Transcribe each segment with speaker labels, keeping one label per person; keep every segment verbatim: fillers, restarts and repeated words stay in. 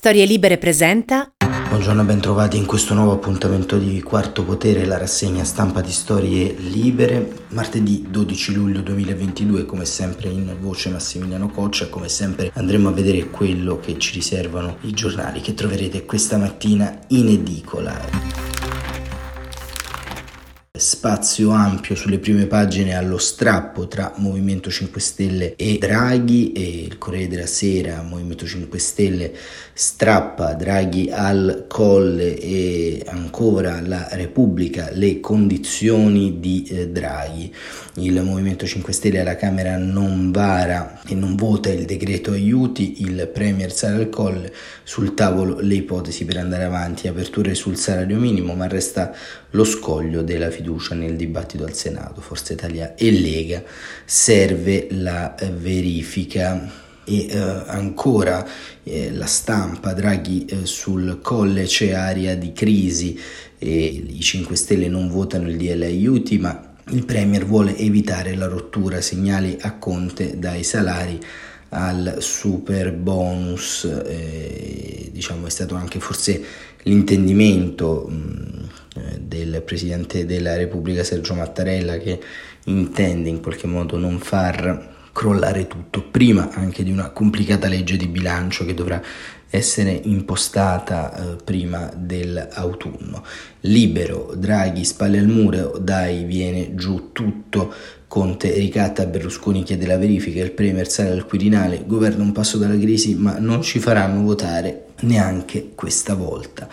Speaker 1: Storie Libere presenta.
Speaker 2: Buongiorno e bentrovati in questo nuovo appuntamento di Quarto Potere, la rassegna stampa di Storie Libere. Martedì dodici luglio duemilaventidue, come sempre in voce Massimiliano Coccia, come sempre andremo a vedere quello che ci riservano i giornali che troverete questa mattina in edicola. Spazio ampio sulle prime pagine allo strappo tra Movimento cinque Stelle e Draghi, e il Corriere della Sera: Movimento cinque Stelle strappa, Draghi al Colle, e ancora la Repubblica, le condizioni di eh, Draghi. Il Movimento cinque Stelle alla Camera non vara e non vota il decreto aiuti, il Premier sale al Colle, sul tavolo le ipotesi per andare avanti, aperture sul salario minimo, ma resta lo scoglio della fiducia nel dibattito al Senato. Forza Italia e Lega, serve la eh, verifica. E eh, ancora eh, la Stampa: Draghi eh, sul Colle, c'è aria di crisi, e i cinque Stelle non votano il D L aiuti, ma il Premier vuole evitare la rottura, segnali a Conte dai salari al super bonus. Eh, diciamo è stato anche forse l'intendimento mh, del Presidente della Repubblica Sergio Mattarella, che intende in qualche modo non far crollare tutto prima anche di una complicata legge di bilancio che dovrà essere impostata eh, prima dell'autunno. Libero: Draghi spalle al muro, dai viene giù tutto, Conte ricatta, Berlusconi chiede la verifica, il Premier sale al Quirinale, governo un passo dalla crisi ma non ci faranno votare neanche questa volta.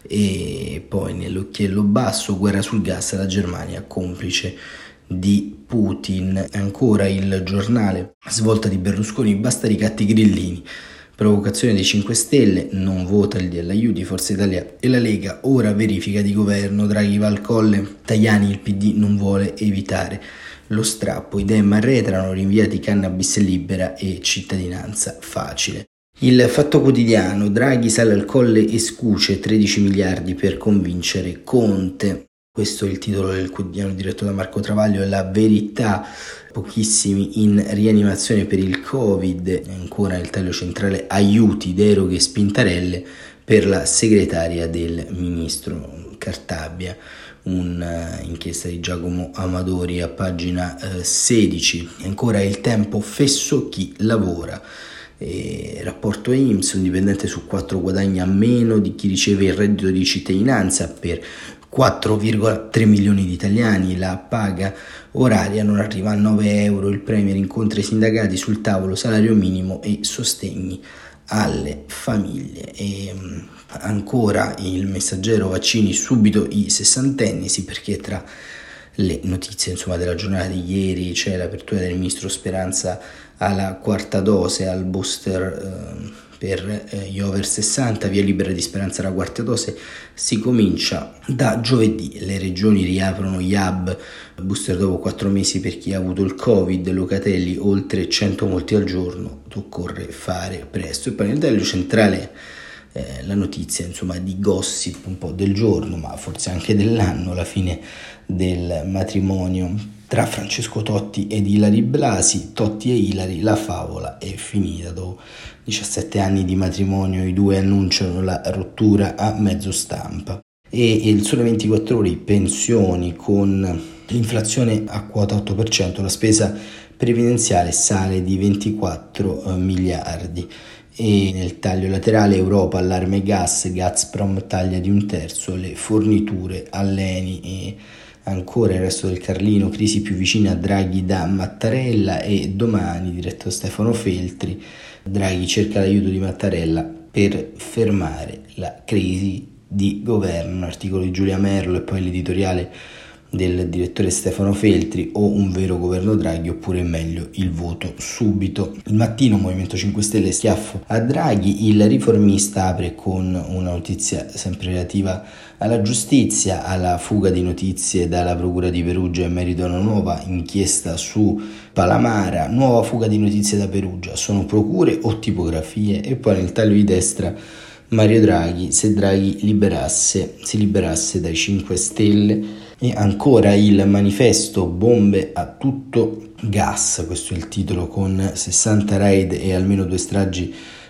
Speaker 2: E poi nell'occhiello basso: guerra sul gas, la Germania complice di Putin. Ancora il Giornale: svolta di Berlusconi, basta ricatti grillini, provocazione dei cinque Stelle, non vota il D L aiuti, Forza Italia e la Lega, ora verifica di governo, Draghi va al Colle, Tajani il P D non vuole evitare lo strappo, i Dem arretrano, rinviati cannabis libera e cittadinanza facile. Il Fatto Quotidiano: Draghi sale al Colle e scuce, tredici miliardi per convincere Conte. Questo è il titolo del quotidiano diretto da Marco Travaglio. E La Verità: pochissimi in rianimazione per il Covid. Ancora il taglio centrale: aiuti, deroghe, spintarelle per la segretaria del ministro Cartabia. Un'inchiesta di Giacomo Amadori a pagina eh, sedici. Ancora Il Tempo: fesso chi lavora. E rapporto I N P S: un dipendente su quattro guadagna meno di chi riceve il reddito di cittadinanza per quattro virgola tre milioni di italiani. La paga oraria non arriva a nove euro, il Premier incontra i sindacati, sul tavolo salario minimo e sostegni alle famiglie. E ancora Il Messaggero: vaccini, subito i sessantenni, sì, perché tra le notizie insomma della giornata di ieri c'è l'apertura del ministro Speranza alla quarta dose, al booster eh, per eh, gli over sessanta, via libera di Speranza alla quarta dose, si comincia da giovedì. Le regioni riaprono gli hub, booster dopo quattro mesi per chi ha avuto il Covid, Locatelli: oltre cento molti al giorno, occorre fare presto. E poi nel taglio centrale eh, la notizia insomma di gossip un po' del giorno, ma forse anche dell'anno: la fine del matrimonio tra Francesco Totti ed Ilary Blasi. Totti e Ilary, la favola è finita. Dopo diciassette anni di matrimonio i due annunciano la rottura a mezzo stampa. E il Sole ventiquattro Ore: pensioni, con l'inflazione a quota otto per cento, la spesa previdenziale sale di ventiquattro miliardi. E nel taglio laterale: Europa, allarme gas, Gazprom taglia di un terzo le forniture all'Eni. E ancora il Resto del Carlino: crisi più vicina a Draghi da Mattarella. E Domani, diretto da Stefano Feltri: Draghi cerca l'aiuto di Mattarella per fermare la crisi di governo. Un articolo di Giulia Merlo e poi l'editoriale del direttore Stefano Feltri: o un vero governo Draghi oppure è meglio il voto subito. Il Mattino: Movimento cinque Stelle, schiaffo a Draghi. Il Riformista apre con una notizia sempre relativa alla giustizia, alla fuga di notizie dalla procura di Perugia in merito a una nuova inchiesta su Palamara. Nuova fuga di notizie da Perugia, sono procure o tipografie? E poi nel taglio di destra: Mario Draghi, se Draghi liberasse, si liberasse dai cinque Stelle. E ancora il Manifesto: bombe a tutto gas, questo è il titolo, con sessanta raid e almeno due stragi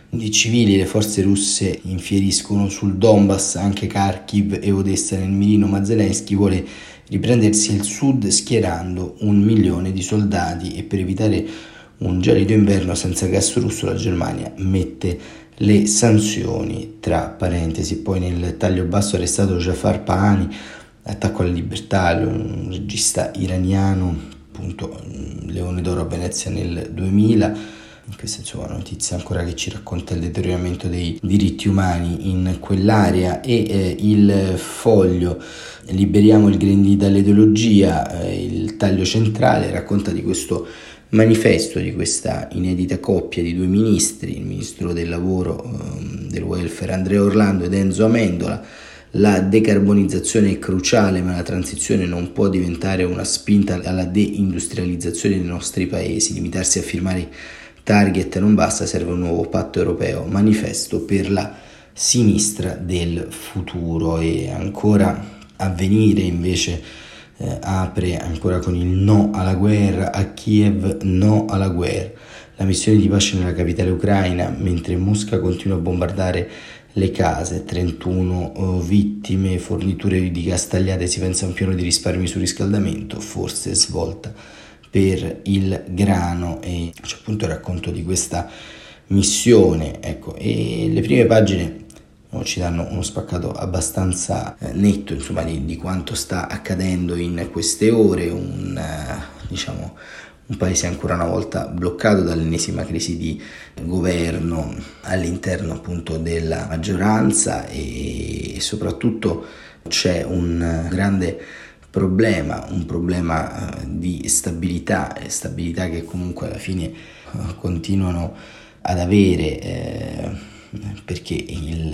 Speaker 2: di civili. Le forze russe infieriscono sul Donbass, anche Kharkiv e Odessa nel mirino, ma Zelensky vuole riprendersi il sud schierando un milione di soldati, e per evitare un gelido inverno senza gas russo la Germania mette le sanzioni tra parentesi. Poi nel taglio basso arrestato Jafar Pahani, attacco alla libertà, un regista iraniano, appunto Leone d'Oro a Venezia nel duemila. Questa è una notizia ancora che ci racconta il deterioramento dei diritti umani in quell'area. E eh, il Foglio, liberiamo il Green Deal dall'ideologia, eh, il taglio centrale racconta di questo manifesto, di questa inedita coppia di due ministri, il ministro del lavoro, eh, del welfare Andrea Orlando ed Enzo Amendola. La decarbonizzazione è cruciale, ma la transizione non può diventare una spinta alla deindustrializzazione dei nostri paesi. Limitarsi a firmare target non basta, serve un nuovo patto europeo, manifesto per la sinistra del futuro. E ancora Avvenire invece eh, apre ancora con il no alla guerra, a Kiev no alla guerra, la missione di pace nella capitale ucraina, mentre Mosca continua a bombardare le case, trentuno oh, vittime, forniture di gas tagliate, si pensa a un piano di risparmi sul riscaldamento, forse svolta per il grano. E c'è appunto il racconto di questa missione, ecco, e le prime pagine no, ci danno uno spaccato abbastanza eh, netto, insomma, di, di quanto sta accadendo in queste ore. Un eh, diciamo un paese ancora una volta bloccato dall'ennesima crisi di governo all'interno appunto della maggioranza, e, e soprattutto c'è un grande problema, un problema di stabilità, e stabilità che comunque alla fine continuano ad avere, eh, perché il,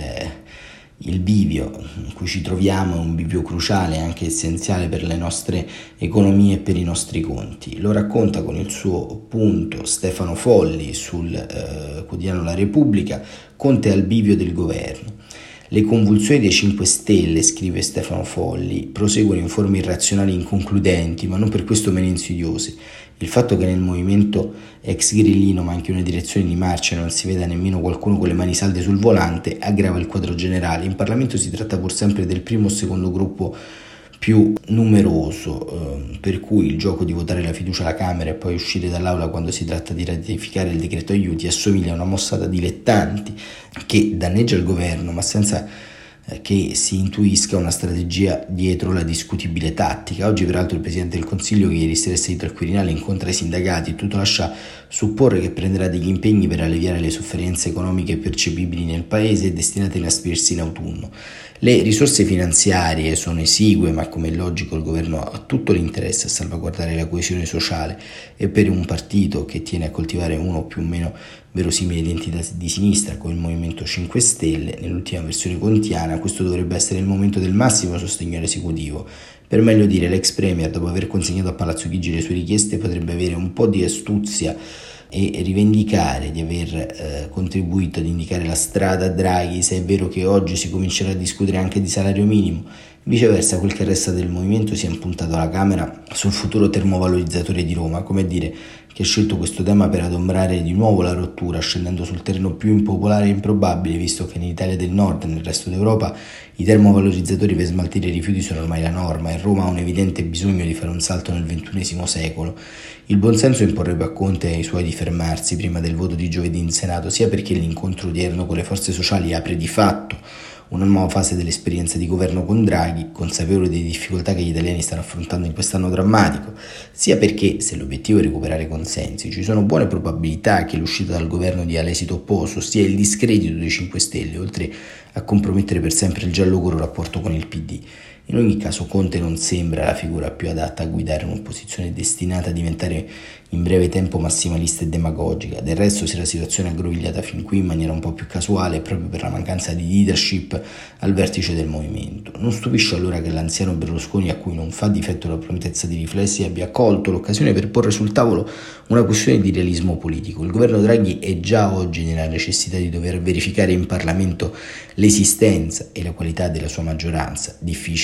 Speaker 2: il bivio in cui ci troviamo è un bivio cruciale, anche essenziale per le nostre economie e per i nostri conti. Lo racconta con il suo punto Stefano Folli sul eh, quotidiano La Repubblica. Conte al bivio del governo. Le convulsioni dei cinque Stelle, scrive Stefano Folli, proseguono in forme irrazionali e inconcludenti, ma non per questo meno insidiose. Il fatto che nel movimento ex grillino manchi una direzione di marcia e non si veda nemmeno qualcuno con le mani salde sul volante aggrava il quadro generale. In Parlamento si tratta pur sempre del primo o secondo gruppo più numeroso, eh, per cui il gioco di votare la fiducia alla Camera e poi uscire dall'aula quando si tratta di ratificare il decreto aiuti assomiglia a una mossa da dilettanti che danneggia il governo, ma senza eh, che si intuisca una strategia dietro la discutibile tattica. Oggi peraltro il Presidente del Consiglio, che ieri sera è salito al Quirinale, incontra i sindacati e tutto lascia supporre che prenderà degli impegni per alleviare le sofferenze economiche percepibili nel Paese e destinate a inasprirsi in autunno. Le risorse finanziarie sono esigue, ma come è logico il governo ha tutto l'interesse a salvaguardare la coesione sociale, e per un partito che tiene a coltivare uno o più o meno verosimile identità di sinistra come il Movimento cinque Stelle nell'ultima versione contiana, questo dovrebbe essere il momento del massimo sostegno all'esecutivo. Per meglio dire, l'ex premier, dopo aver consegnato a Palazzo Chigi le sue richieste, potrebbe avere un po' di astuzia e rivendicare di aver eh, contribuito ad indicare la strada a Draghi, se è vero che oggi si comincerà a discutere anche di salario minimo. Viceversa, quel che resta del movimento si è impuntato alla Camera sul futuro termovalorizzatore di Roma, come a dire che ha scelto questo tema per adombrare di nuovo la rottura, scendendo sul terreno più impopolare e improbabile, visto che in Italia del Nord e nel resto d'Europa i termovalorizzatori per smaltire i rifiuti sono ormai la norma, e Roma ha un evidente bisogno di fare un salto nel ventunesimo secolo. Il buonsenso imporrebbe a Conte e ai suoi di fermarsi prima del voto di giovedì in Senato, sia perché l'incontro odierno con le forze sociali apre di fatto una nuova fase dell'esperienza di governo con Draghi, consapevole delle difficoltà che gli italiani stanno affrontando in quest'anno drammatico, sia perché, se l'obiettivo è recuperare consensi, ci sono buone probabilità che l'uscita dal governo dia l'esito opposto, ossia il discredito dei cinque Stelle, oltre a compromettere per sempre il giallo-coro rapporto con il P D. In ogni caso Conte non sembra la figura più adatta a guidare un'opposizione destinata a diventare in breve tempo massimalista e demagogica. Del resto, se la situazione è aggrovigliata fin qui in maniera un po' più casuale, è proprio per la mancanza di leadership al vertice del movimento. Non stupisce allora che l'anziano Berlusconi, a cui non fa difetto la prontezza di riflessi, abbia colto l'occasione per porre sul tavolo una questione di realismo politico. Il governo Draghi è già oggi nella necessità di dover verificare in Parlamento l'esistenza e la qualità della sua maggioranza, difficile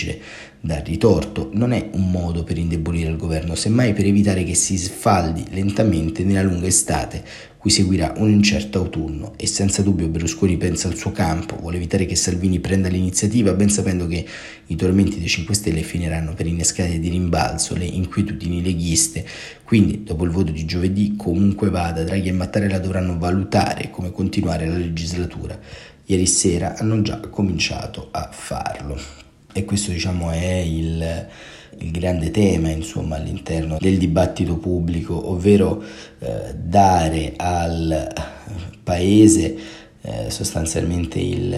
Speaker 2: difficile dargli torto, non è un modo per indebolire il governo, semmai per evitare che si sfaldi lentamente nella lunga estate cui seguirà un incerto autunno. E senza dubbio Berlusconi pensa al suo campo, vuole evitare che Salvini prenda l'iniziativa, ben sapendo che i tormenti dei cinque Stelle finiranno per innescare di rimbalzo le inquietudini leghiste. Quindi, dopo il voto di giovedì, comunque vada, Draghi e Mattarella dovranno valutare come continuare la legislatura. Ieri sera hanno già cominciato a farlo. E questo, diciamo, è il, il grande tema, insomma, all'interno del dibattito pubblico, ovvero eh, dare al paese eh, sostanzialmente il,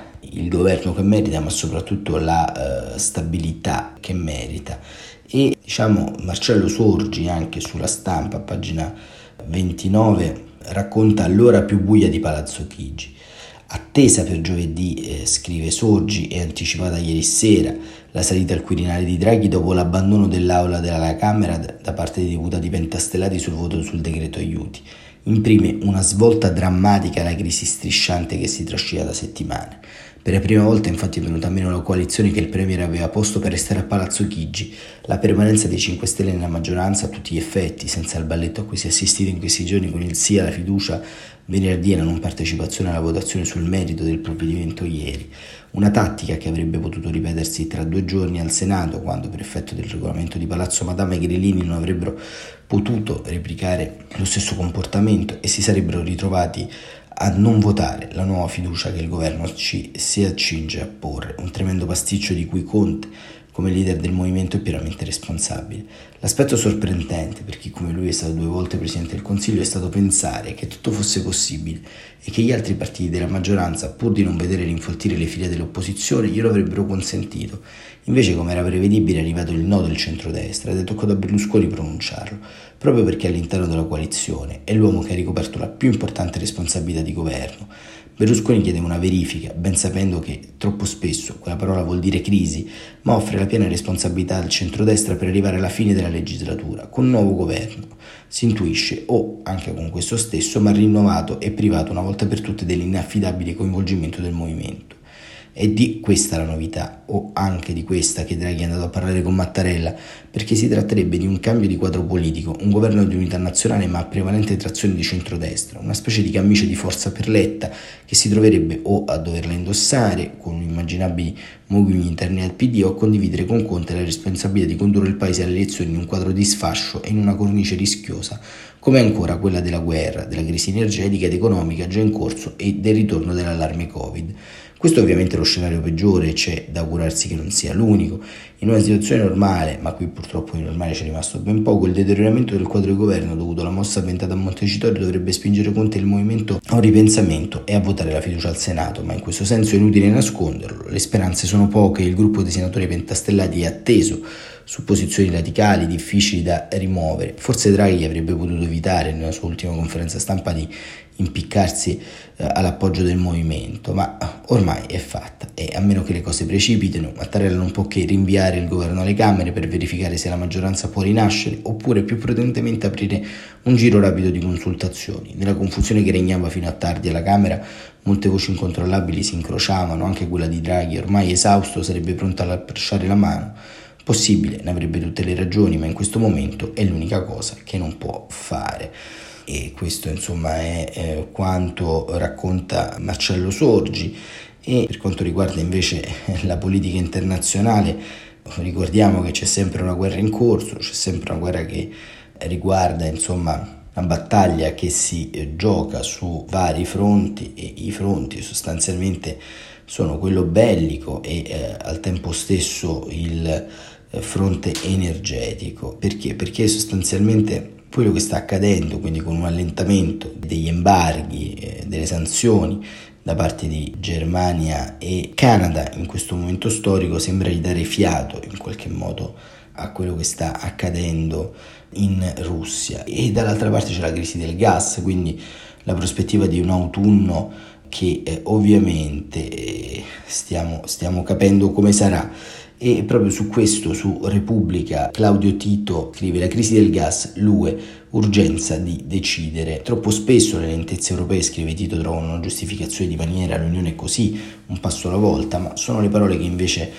Speaker 2: il governo che merita, ma soprattutto la eh, stabilità che merita. E diciamo Marcello Sorgi, anche sulla Stampa, a pagina ventinove, racconta l'ora più buia di Palazzo Chigi. Attesa per giovedì, eh, scrive Sorgi, è anticipata ieri sera la salita al Quirinale di Draghi dopo l'abbandono dell'aula della Camera da parte dei deputati pentastellati sul voto sul decreto aiuti. Imprime una svolta drammatica alla crisi strisciante che si trascina da settimane. Per la prima volta infatti è venuta meno la coalizione che il Premier aveva posto per restare a Palazzo Chigi. La permanenza dei cinque Stelle nella maggioranza a tutti gli effetti, senza il balletto a cui si è assistito in questi giorni con il sì alla fiducia venerdì e la non partecipazione alla votazione sul merito del provvedimento ieri. Una tattica che avrebbe potuto ripetersi tra due giorni al Senato, quando per effetto del regolamento di Palazzo Madama i grillini non avrebbero potuto replicare lo stesso comportamento e si sarebbero ritrovati a non votare la nuova fiducia che il governo ci si accinge a porre, un tremendo pasticcio di cui Conte, come leader del movimento, è pienamente responsabile. L'aspetto sorprendente per chi come lui è stato due volte Presidente del Consiglio è stato pensare che tutto fosse possibile e che gli altri partiti della maggioranza, pur di non vedere rinfoltire le file dell'opposizione, glielo avrebbero consentito. Invece, come era prevedibile, è arrivato il no del centrodestra ed è toccato a Berlusconi pronunciarlo, proprio perché all'interno della coalizione è l'uomo che ha ricoperto la più importante responsabilità di governo. Berlusconi chiede una verifica, ben sapendo che troppo spesso quella parola vuol dire crisi, ma offre la piena responsabilità al centrodestra per arrivare alla fine della legislatura, con un nuovo governo. Si intuisce, o anche con questo stesso, ma rinnovato e privato una volta per tutte dell'inaffidabile coinvolgimento del movimento. È di questa la novità, o anche di questa, che Draghi è andato a parlare con Mattarella, perché si tratterebbe di un cambio di quadro politico, un governo di unità nazionale ma a prevalente trazione di centrodestra, una specie di camicia di forza per Letta che si troverebbe o a doverla indossare con immaginabili mogugni interni al P D o a condividere con Conte la responsabilità di condurre il paese alle elezioni in un quadro di sfascio e in una cornice rischiosa come ancora quella della guerra, della crisi energetica ed economica già in corso e del ritorno dell'allarme Covid. Questo ovviamente è lo scenario peggiore, c'è da augurarsi che non sia l'unico. In una situazione normale, ma qui purtroppo di normale c'è rimasto ben poco, il deterioramento del quadro di governo dovuto alla mossa avventata a Montecitorio dovrebbe spingere Conte e il movimento a un ripensamento e a votare la fiducia al Senato, ma in questo senso è inutile nasconderlo. Le speranze sono poche, il gruppo dei senatori pentastellati è atteso su posizioni radicali, difficili da rimuovere. Forse Draghi avrebbe potuto evitare nella sua ultima conferenza stampa di impiccarsi eh, all'appoggio del movimento, ma ormai è fatta e a meno che le cose precipitino, Mattarella non può che rinviare il governo alle Camere per verificare se la maggioranza può rinascere oppure più prudentemente aprire un giro rapido di consultazioni. Nella confusione che regnava fino a tardi alla Camera, molte voci incontrollabili si incrociavano, anche quella di Draghi, ormai esausto, sarebbe pronta a lasciare la mano. Possibile, ne avrebbe tutte le ragioni, ma in questo momento è l'unica cosa che non può fare. E questo insomma è eh, quanto racconta Marcello Sorgi. E per quanto riguarda invece la politica internazionale, ricordiamo che c'è sempre una guerra in corso, c'è sempre una guerra che riguarda insomma una battaglia che si eh, gioca su vari fronti e i fronti sostanzialmente sono quello bellico e eh, al tempo stesso il eh, fronte energetico. Perché? Perché sostanzialmente quello che sta accadendo, quindi con un allentamento degli embarghi, eh, delle sanzioni da parte di Germania e Canada in questo momento storico, sembra ridare fiato in qualche modo a quello che sta accadendo in Russia. E dall'altra parte c'è la crisi del gas, quindi la prospettiva di un autunno che eh, ovviamente eh, stiamo, stiamo capendo come sarà. E proprio su questo, su Repubblica, Claudio Tito scrive: la crisi del gas, l'U E, urgenza di decidere. Troppo spesso le lentezze europee, scrive Tito, trovano una giustificazione di maniera, l'Unione è così, un passo alla volta, ma sono le parole che invece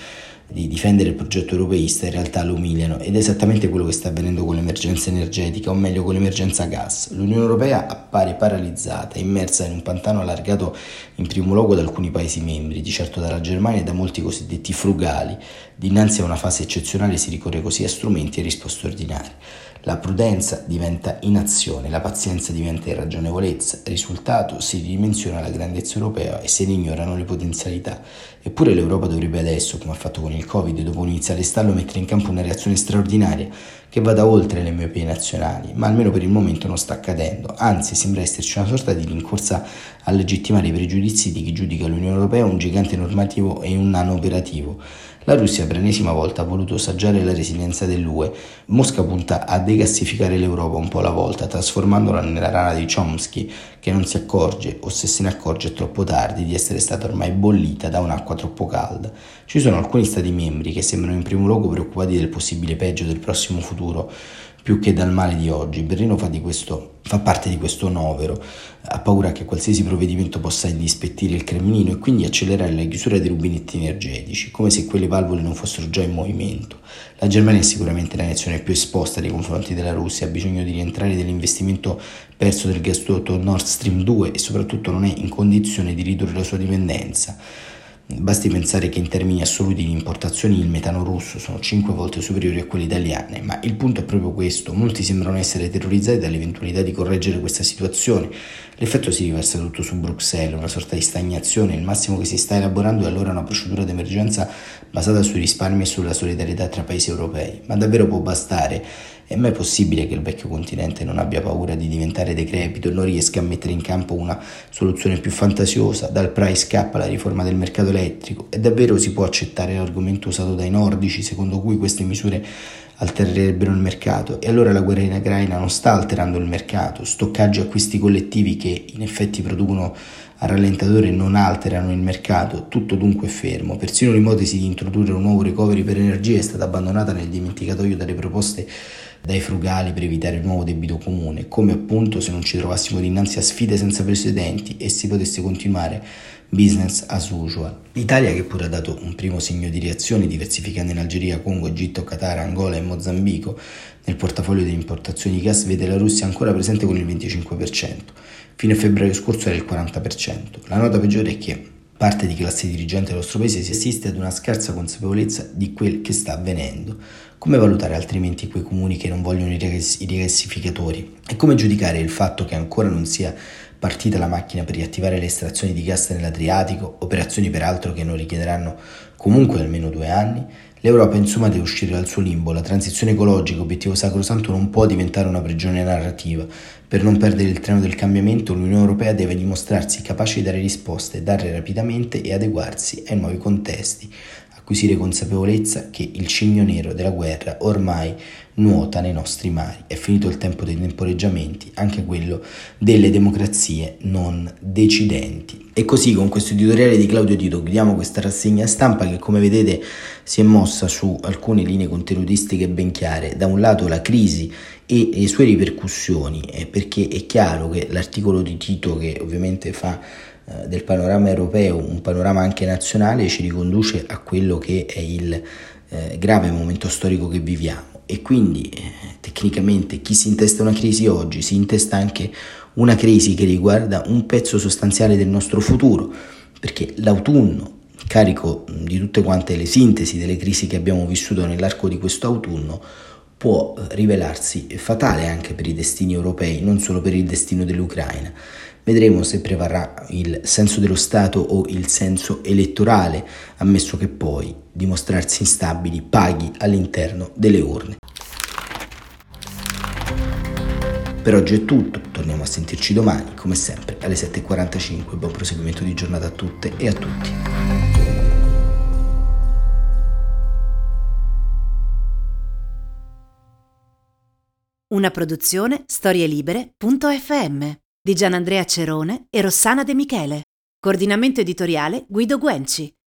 Speaker 2: di difendere il progetto europeista in realtà lo umiliano, ed è esattamente quello che sta avvenendo con l'emergenza energetica, o meglio con l'emergenza gas. L'Unione Europea appare paralizzata, immersa in un pantano allargato in primo luogo da alcuni Paesi membri, di certo dalla Germania e da molti cosiddetti frugali. Dinanzi a una fase eccezionale si ricorre così a strumenti e risposte ordinarie. La prudenza diventa inazione, la pazienza diventa irragionevolezza, risultato si ridimensiona la grandezza europea e se ne ignorano le potenzialità. Eppure l'Europa dovrebbe adesso, come ha fatto con il Covid, dopo un iniziale stallo, mettere in campo una reazione straordinaria che vada oltre le miopie nazionali, ma almeno per il momento non sta accadendo, anzi sembra esserci una sorta di rincorsa a legittimare i pregiudizi di chi giudica l'Unione Europea un gigante normativo e un nano operativo. La Russia per l'ennesima volta ha voluto saggiare la resilienza dell'U E. Mosca punta a degassificare l'Europa un po' alla volta, trasformandola nella rana di Chomsky, che non si accorge, o se se ne accorge è troppo tardi, di essere stata ormai bollita da un'acqua troppo calda. Ci sono alcuni stati membri che sembrano in primo luogo preoccupati del possibile peggio del prossimo futuro, più che dal male di oggi. Berlino fa, di questo, fa parte di questo novero, ha paura che qualsiasi provvedimento possa indispettire il Cremlino e quindi accelerare la chiusura dei rubinetti energetici, come se quelle valvole non fossero già in movimento. La Germania è sicuramente la nazione più esposta nei confronti della Russia, ha bisogno di rientrare dell'investimento perso del gasdotto Nord Stream due e soprattutto non è in condizione di ridurre la sua dipendenza. Basti pensare che in termini assoluti di importazioni il metano russo sono cinque volte superiori a quelli italiane, ma il punto è proprio questo: molti sembrano essere terrorizzati dall'eventualità di correggere questa situazione. L'effetto si riversa tutto su Bruxelles, una sorta di stagnazione, il massimo che si sta elaborando è allora una procedura d'emergenza basata sui risparmi e sulla solidarietà tra paesi europei. Ma davvero può bastare? È mai possibile che il vecchio continente non abbia paura di diventare decrepito e non riesca a mettere in campo una soluzione più fantasiosa, dal price cap alla riforma del mercato elettrico? E davvero si può accettare l'argomento usato dai nordici, secondo cui queste misure altererebbero il mercato? E allora la guerra in Ucraina non sta alterando il mercato, stoccaggi e acquisti collettivi che in effetti producono a rallentatore non alterano il mercato, tutto dunque è fermo. Persino l'ipotesi di introdurre un nuovo recovery per energia è stata abbandonata nel dimenticatoio dalle proposte dai frugali per evitare il nuovo debito comune, come appunto se non ci trovassimo dinanzi a sfide senza precedenti e si potesse continuare business as usual. L'Italia, che pure ha dato un primo segno di reazione diversificando in Algeria, Congo, Egitto, Qatar, Angola e Mozambico nel portafoglio delle importazioni di gas, vede la Russia ancora presente con il venticinque per cento. Fino a febbraio scorso era il quaranta per cento. La nota peggiore è che parte di classe dirigente del nostro paese si assiste ad una scarsa consapevolezza di quel che sta avvenendo. Come valutare altrimenti quei comuni che non vogliono i rigassificatori? E come giudicare il fatto che ancora non sia partita la macchina per riattivare le estrazioni di gas nell'Adriatico, operazioni peraltro che non richiederanno comunque almeno due anni? L'Europa insomma deve uscire dal suo limbo, la transizione ecologica, obiettivo sacrosanto, non può diventare una prigione narrativa. Per non perdere il treno del cambiamento, l'Unione Europea deve dimostrarsi capace di dare risposte, darle rapidamente e adeguarsi ai nuovi contesti, acquisire consapevolezza che il cigno nero della guerra ormai nuota nei nostri mari. È finito il tempo dei temporeggiamenti, anche quello delle democrazie non decidenti. E così, con questo editoriale di Claudio Tito, chiudiamo questa rassegna stampa che, come vedete, si è mossa su alcune linee contenutistiche ben chiare. Da un lato la crisi e le sue ripercussioni, eh, perché è chiaro che l'articolo di Tito, che ovviamente fa eh, del panorama europeo un panorama anche nazionale, ci riconduce a quello che è il eh, grave momento storico che viviamo. E quindi eh, tecnicamente chi si intesta una crisi oggi si intesta anche una crisi che riguarda un pezzo sostanziale del nostro futuro, perché l'autunno, carico di tutte quante le sintesi delle crisi che abbiamo vissuto nell'arco di questo autunno, può rivelarsi fatale anche per i destini europei, non solo per il destino dell'Ucraina. Vedremo se prevarrà il senso dello Stato o il senso elettorale, ammesso che poi dimostrarsi instabili paghi all'interno delle urne. Per oggi è tutto, torniamo a sentirci domani, come sempre, alle sette e quarantacinque. Buon proseguimento di giornata a tutte e a tutti.
Speaker 1: Una produzione storielibere punto effe emme di Gianandrea Cerone e Rossana De Michele. Coordinamento editoriale Guido Guenci.